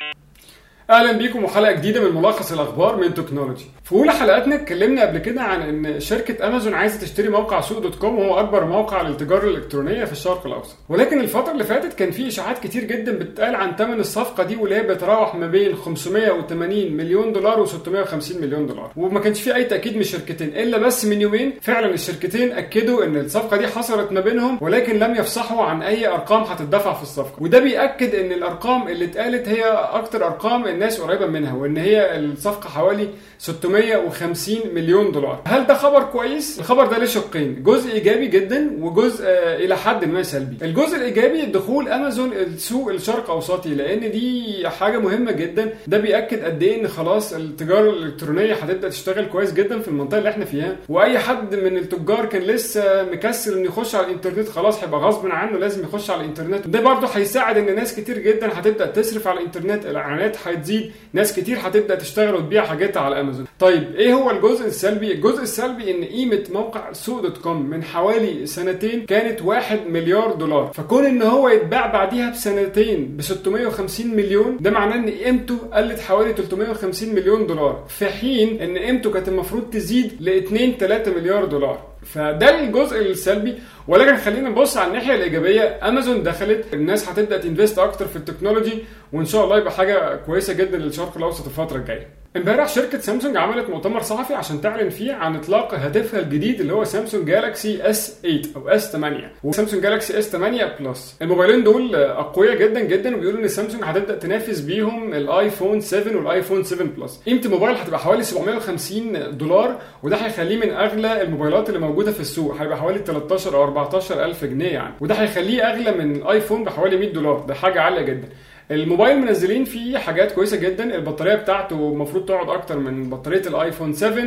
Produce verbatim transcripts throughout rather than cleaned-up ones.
اهلا بيكم وحلقه جديده من ملخص الاخبار من تكنولوجي. في اولى حلقاتنا اتكلمنا قبل كده عن ان شركه امازون عايزه تشتري موقع سوق دوت كوم، وهو اكبر موقع للتجاره الالكترونيه في الشرق الاوسط. ولكن الفتره اللي فاتت كان في اشاعات كتير جدا بتتقال عن ثمن الصفقه دي، واللي هي بتتراوح ما بين خمسمائة وثمانين مليون دولار و650 مليون دولار، وما كانش في اي تاكيد من الشركتين الا بس من يومين فعلا الشركتين اكدوا ان الصفقه دي حصلت ما بينهم، ولكن لم يفصحوا عن اي ارقام هتدفع في الصفقه. وده بياكد ان الارقام اللي اتقالت هي اكتر ارقام الناس قريبه منها، وان هي الصفقه حوالي ستمائة وخمسين مليون دولار. هل ده خبر كويس؟ الخبر ده له شقين، جزء ايجابي جدا وجزء آه الى حد ما سلبي. الجزء الايجابي دخول امازون السوق الشرق اوسطي، لان دي حاجه مهمه جدا. ده بياكد قد ايه ان خلاص التجاره الالكترونيه هتبدا تشتغل كويس جدا في المنطقه اللي احنا فيها، واي حد من التجار كان لسه مكسل انه يخش على الانترنت خلاص هيبقى غصب عنه لازم يخش على الانترنت. ده برضه هيساعد ان ناس كتير جدا هتبدا تصرف على الانترنت، الاعلانات هتزيد، ناس كتير هتبدا تشتغل وتبيع حاجاتها على امازون. طيب ايه هو الجزء السلبي؟ الجزء السلبي ان قيمه موقع سوق دوت كوم من حوالي سنتين كانت واحد مليار دولار، فكون ان هو يتباع بعديها بسنتين ب ستمائة وخمسين مليون، ده معناه ان قيمته قلت حوالي ثلاثمائة وخمسين مليون دولار، في حين ان قيمته كانت المفروض تزيد ل اثنين ثلاثة مليار دولار. فده الجزء السلبي. ولكن خلينا نبص على الناحيه الايجابيه. امازون دخلت، الناس هتبدا تنفست اكتر في التكنولوجي، وان شاء الله يبقى حاجه كويسه جدا للشرق الاوسط الفتره الجايه. امبارح شركه سامسونج عملت مؤتمر صحفي عشان تعلن فيه عن اطلاق هاتفها الجديد اللي هو سامسونج جالاكسي اس ثمانية او اس ثمانية وسامسونج جالاكسي اس ثمانية بلس. الموبايلين دول اقوياء جدا جدا، وبيقولوا ان سامسونج هتبدا تنافس بيهم الايفون سبعة والايفون سبعة بلس. قيمه الموبايل هتبقى حوالي سبعمائة وخمسين دولار، وده هيخليه من اغلى الموبايلات اللي موجوده في السوق، هيبقى حوالي ثلاثة عشر او أربعة عشر ألف جنيه يعني، وده هيخليه اغلى من الايفون بحوالي مائة دولار. ده حاجه عاليه جدا. الموبايل منزلين فيه حاجات كويسه جدا، البطاريه بتاعته المفروض تقعد اكتر من بطاريه الايفون سبعة،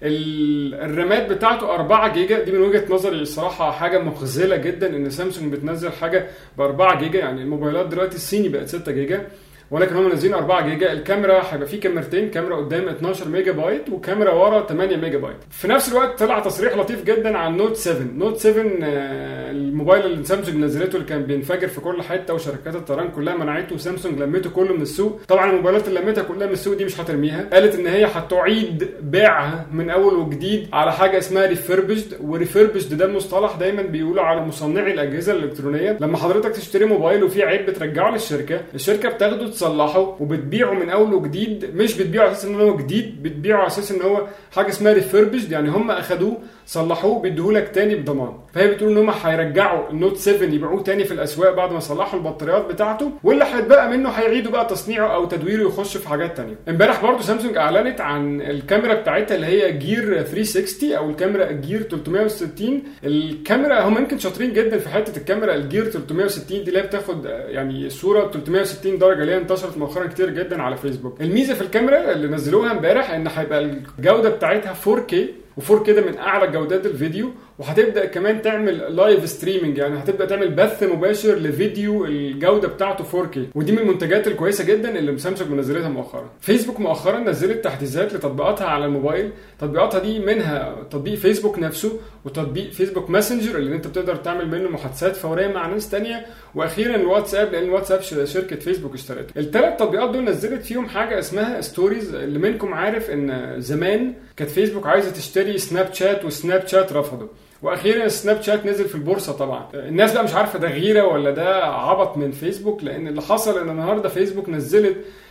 الرامات بتاعته أربعة جيجا. دي من وجهه نظري الصراحه حاجه مخزله جدا ان سامسونج بتنزل حاجه ب أربعة جيجا، يعني الموبايلات دلوقتي الصيني بقت ستة جيجا، ولكن هم منزلين أربعة جيجا. الكاميرا هيبقى فيه كاميرتين، كاميرا قدام اثناشر ميجا بايت وكاميرا ورا ثمانية ميجا بايت. في نفس الوقت طلع تصريح لطيف جدا عن نوت سبعة. نوت سبعة الموبايل اللي سامسونج نزلته اللي كان بينفجر في كل حته وشركات الطيران كلها منعته وسامسونج لمته كله من السوق. طبعا الموبايلات اللي لمتها كلها من السوق دي مش هترميها، قالت ان هي هتعيد بيعها من اول وجديد على حاجه اسمها ريفربشد. وريفربشد ده مصطلح دايما بيقولوا على مصنعي الاجهزه الالكترونيه. لما حضرتك تشتري موبايل وفيه عيب بترجعه للشركه، الشركه بتاخده تصلحه وبتبيعه من اول وجديد، مش بتبيعه على اساس ان هو جديد، بتبيعه على اساس ان هو حاجه اسمها ريفربشد، يعني هم اخدوه صلحوه بيديهولك تاني بضمان. فهي بتقول ان هم هيرجعوا النوت سبعة يبيعوه تاني في الاسواق بعد ما صلحوا البطاريات بتاعته، واللي هيتبقى منه هيعيدوا بقى تصنيعه او تدويره يخش في حاجات تانية. امبارح برضو سامسونج اعلنت عن الكاميرا بتاعتها اللي هي جير ثلاثمائة وستين او الكاميرا جير ثلاثمائة وستين. الكاميرا هم يمكن شاطرين جدا في حته الكاميرا الجير ثلاثمائة وستين دي اللي بتاخد يعني صوره ثلاثمائة وستين درجه، اللي هي انتشرت مؤخرا كتير جدا على فيسبوك. الميزه في الكاميرا اللي نزلوها امبارح ان هيبقى الجوده بتاعتها فور كي، و4K ده من اعلى جودات الفيديو، وهتبدا كمان تعمل لايف ستريمنج، يعني هتبدا تعمل بث مباشر لفيديو الجوده بتاعته فور كي، ودي من المنتجات الكويسه جدا اللي سامسونج منزلتها مؤخرا. فيسبوك مؤخرا نزلت تحديثات لتطبيقاتها على الموبايل. تطبيقاتها دي منها تطبيق فيسبوك نفسه، وتطبيق فيسبوك ماسنجر اللي انت بتقدر تعمل منه محادثات فوريه مع ناس تانية، واخيرا الواتساب لان الواتساب شركه فيسبوك اشترته. الثلاث تطبيقات دول نزلت فيهم حاجه اسمها ستوريز. اللي منكم عارف ان زمان كانت فيسبوك عايزه تشتري سناب شات وسناب شات رفضوا، واخيرا سناب شات نزل في البورصه. طبعا الناس بقى مش عارفه ده غيره ولا ده عبط من فيسبوك، لان اللي حصل ان النهارده فيسبوك نزلت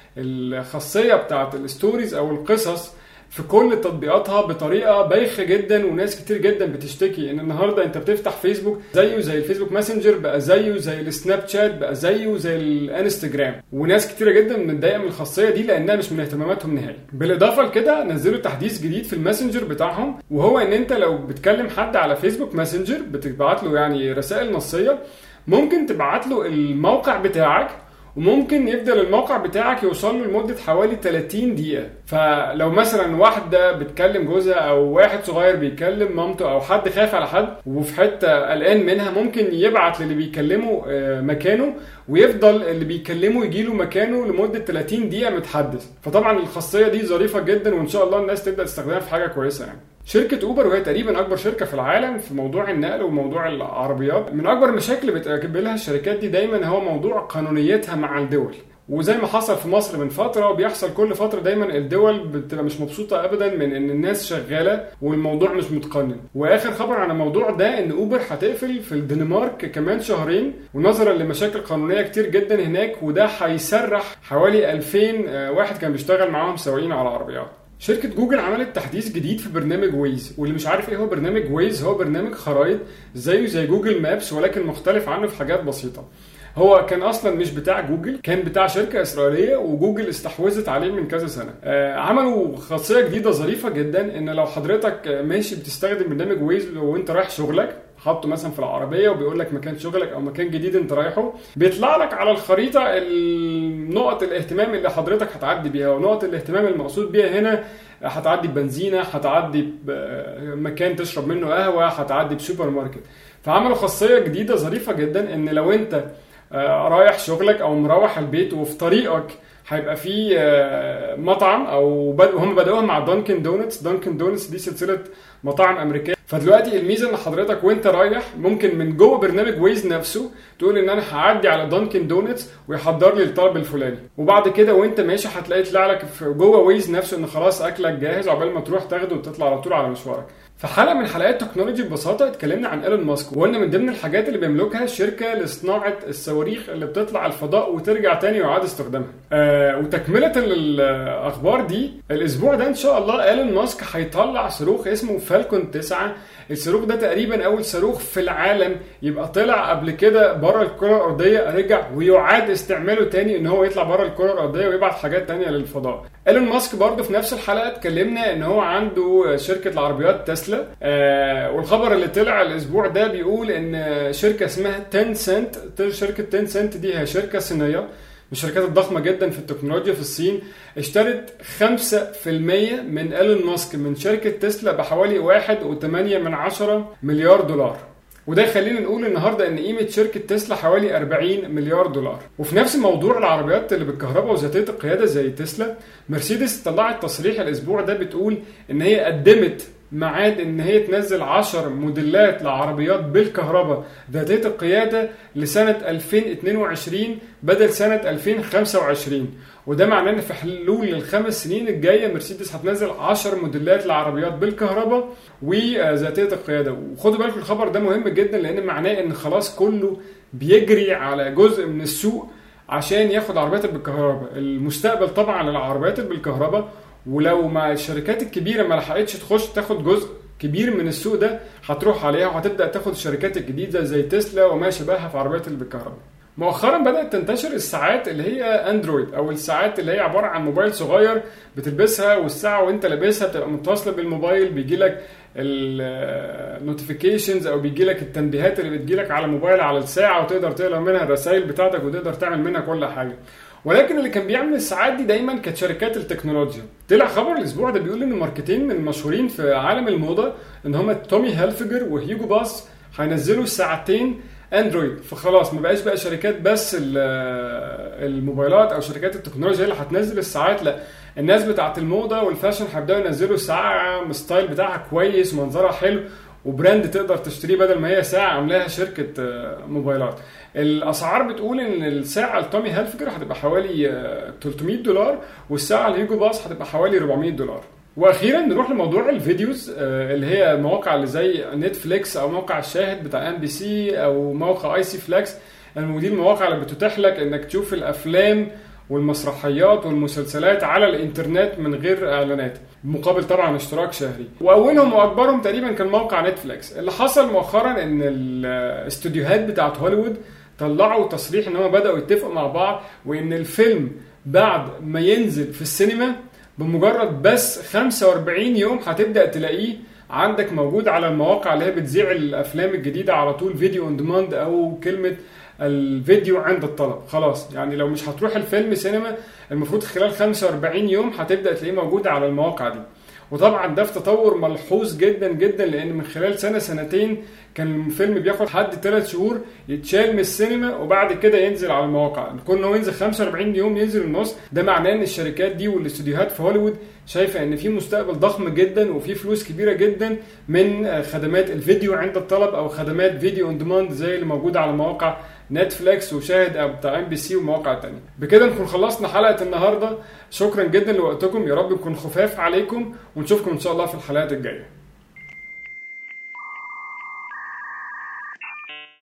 الخاصيه بتاعه الستوريز او القصص في كل تطبيقاتها بطريقه بايخه جدا، وناس كتير جدا بتشتكي ان النهارده انت بتفتح فيسبوك زيه زي الفيسبوك ماسنجر، بقى زيه زي السناب شات، بقى زيه زي الانستجرام، وناس كتيره جدا متضايقه من الخاصيه دي لانها مش من اهتماماتهم نهائي. بالاضافه لكده نزلوا تحديث جديد في الماسنجر بتاعهم، وهو ان انت لو بتكلم حد على فيسبوك ماسنجر بتبعت له يعني رسائل نصيه، ممكن تبعت له الموقع بتاعك، وممكن يفضل الموقع بتاعك يوصل له لمدة حوالي ثلاثين دقيقة. فلو مثلا واحدة بتكلم جوزها او واحد صغير بيكلم مامته او حد خايف على حد وفي حتة قلقان منها، ممكن يبعت للي بيكلمه مكانه، ويفضل اللي بيكلمه يجيله مكانه لمدة ثلاثين دقيقة متحدث. فطبعا الخاصية دي ظريفة جدا، وان شاء الله الناس تبدأ تستخدمها في حاجة كويسة يعني. شركة اوبر، وهي تقريبا اكبر شركة في العالم في موضوع النقل وموضوع العربيات، من اكبر المشاكل اللي بتقابلها الشركات دي دايما هو موضوع قانونيتها مع الدول. وزي ما حصل في مصر من فتره وبيحصل كل فتره دايما الدول بتبقى مش مبسوطه ابدا من ان الناس شغاله والموضوع مش متقنن. واخر خبر عن الموضوع ده ان اوبر هتقفل في الدنمارك كمان شهرين ونظرا لمشاكل قانونيه كتير جدا هناك، وده هيسرح حوالي ألفين واحد كان بيشتغل معاهم سواقين على عربيات. شركة جوجل عملت تحديث جديد في برنامج ويز، واللي مش عارف ايه هو برنامج ويز، هو برنامج خرائط زيه زي جوجل مابس ولكن مختلف عنه في حاجات بسيطة. هو كان اصلا مش بتاع جوجل، كان بتاع شركة اسرائيلية وجوجل استحوذت عليه من كذا سنة. آه عملوا خاصية جديدة ظريفة جدا، ان لو حضرتك ماشي بتستخدم برنامج ويز وانت رايح شغلك، حطه مثلا في العربيه وبيقول لك مكان شغلك او مكان جديد انت رايحه، بيطلع لك على الخريطه نقط الاهتمام اللي حضرتك هتعدي بيها، ونقط الاهتمام المقصود بيها هنا هتعدي ببنزينه، هتعدي بمكان تشرب منه قهوه، هتعدي بسوبر ماركت. فعملوا خاصيه جديده ظريفه جدا ان لو انت رايح شغلك او مروح البيت وفي طريقك هيبقى في مطعم، او هم بدأوها مع دانكن دونتس. دانكن دونتس دي سلسله مطاعم امريكيه. فدلوقتي الميزه ان حضرتك وانت رايح ممكن من جوه برنامج ويز نفسه تقول ان انا هعدي على دانكن دونتس ويحضر لي الطلب الفلاني، وبعد كده وانت ماشي هتلاقي طلع لك جوه ويز نفسه ان خلاص اكلك جاهز عقبال ما تروح تاخده وتطلع على طول على مشوارك. في حلقه من حلقات تكنولوجي ببساطه اتكلمنا عن ايلون ماسك، وقلنا من ضمن الحاجات اللي بيملكها شركه لصناعه الصواريخ اللي بتطلع الفضاء وترجع تاني ويعاد استخدامها. آه وتكمله الاخبار دي، الاسبوع ده ان شاء الله ايلون ماسك هيطلع صاروخ اسمه فالكون تسعة. الصاروخ ده تقريبا اول صاروخ في العالم يبقى طلع قبل كده بره الكره الارضيه، رجع ويعاد استعماله تاني ان هو يطلع بره الكره الارضيه ويبعت حاجات تانية للفضاء. ايلون ماسك برضه في نفس الحلقه اتكلمنا ان هو عنده شركه العربيات تسلا. آه والخبر اللي طلع الاسبوع ده بيقول ان شركه اسمها تنسنت، شركه تنسنت دي هي شركه صينيه من الشركات الضخمه جدا في التكنولوجيا في الصين، اشترت خمسة في المية من ايلون ماسك من شركه تسلا بحوالي واحد وثمانية من عشرة مليار دولار. وده يخلينا نقول النهارده ان قيمه شركه تسلا حوالي أربعين مليار دولار. وفي نفس موضوع العربيات اللي بالكهرباء وذاتيه القياده زي تسلا، مرسيدس طلعت تصريح الاسبوع ده بتقول ان هي قدمت ميعاد ان هي تنزل عشر موديلات لعربيات بالكهرباء ذاتيه القياده لسنه ألفين واثنين وعشرين بدل سنه ألفين وخمسة وعشرين. وده معناه ان في حلول الخمس سنين الجايه مرسيدس هتنزل عشر موديلات لعربيات بالكهرباء وذاتيه القياده. وخدوا بالكم الخبر ده مهم جدا، لان معناه ان خلاص كله بيجري على جزء من السوق عشان ياخد عربيات بالكهرباء. المستقبل طبعا للعربيات بالكهرباء، ولو ما الشركات الكبيره ما لحقتش تخش تاخد جزء كبير من السوق ده هتروح عليها وهتبدا تاخد الشركات الجديده زي تسلا وما شابهها في عربيات اللي بالكهرباء. مؤخرا بدات تنتشر الساعات اللي هي اندرويد، او الساعات اللي هي عباره عن موبايل صغير بتلبسها والساعه وانت لابسها بتبقى متصله بالموبايل، بيجي لك النوتيفيكيشنز او بيجي لك التنبيهات اللي بتجي لك على الموبايل على الساعه، وتقدر تقرا منها الرسائل بتاعتك وتقدر تعمل منها كل حاجه. ولكن اللي كان بيعمل الساعات دي دايما كانت شركات التكنولوجيا. طلع خبر الاسبوع ده بيقول ان ماركتين من المشهورين في عالم الموضه ان هم تومي هيلفيجر وهيوجو باس هينزلوا ساعتين اندرويد. فخلاص ما بقاش بقى شركات بس الموبايلات او شركات التكنولوجيا اللي هتنزل الساعات، لا، الناس بتاعت الموضه والفاشن هيبداوا ينزلوا ساعه ستايل بتاعها كويس ومنظرها حلو وبراند تقدر تشتريه بدل ما هي ساعه عاملاها شركه موبايلات. الاسعار بتقول ان الساعه التومي هيلفيجر هتبقى حوالي ثلاثمية دولار، والساعه الهيوجو باس هتبقى حوالي أربعمية دولار. واخيرا نروح لموضوع الفيديوز اللي هي المواقع اللي زي نتفليكس او موقع الشاهد بتاع ام بي سي او موقع اي سي فليكس. دي المواقع اللي بتتيح لك انك تشوف الافلام والمسرحيات والمسلسلات على الانترنت من غير اعلانات، مقابل طبعا اشتراك شهري. واولهم واكبرهم تقريبا كان موقع نتفليكس. اللي حصل مؤخرا ان الاستوديوهات بتاعت هوليوود طلعوا تصريح ان هم بداوا يتفقوا مع بعض، وان الفيلم بعد ما ينزل في السينما بمجرد بس خمسة وأربعين يوم هتبدا تلاقيه عندك موجود على المواقع اللي هي بتذيع الافلام الجديده على طول، فيديو اون ديماند او كلمه الفيديو عند الطلب. خلاص يعني لو مش هتروح الفيلم سينما المفروض خلال خمسة وأربعين يوم هتبدا تلاقيه موجود على المواقع دي. وطبعا ده في تطور ملحوظ جدا جدا، لان من خلال سنه سنتين كان الفيلم بياخد حد ثلاث شهور يتشال من السينما وبعد كده ينزل على المواقع. كون انه ينزل خمسة وأربعين يوم ينزل النص، ده معناه ان الشركات دي والاستوديوهات في هوليوود شايفه ان في مستقبل ضخم جدا وفي فلوس كبيره جدا من خدمات الفيديو عند الطلب او خدمات فيديو اون ديماند زي اللي موجوده على مواقع نتفليكس وشاهد او بتاع ام بي سي ومواقع تانية. بكده نكون خلصنا حلقه النهارده. شكرا جدا لوقتكم، يا رب نكون خفاف عليكم ونشوفكم ان شاء الله في الحلقات الجايه.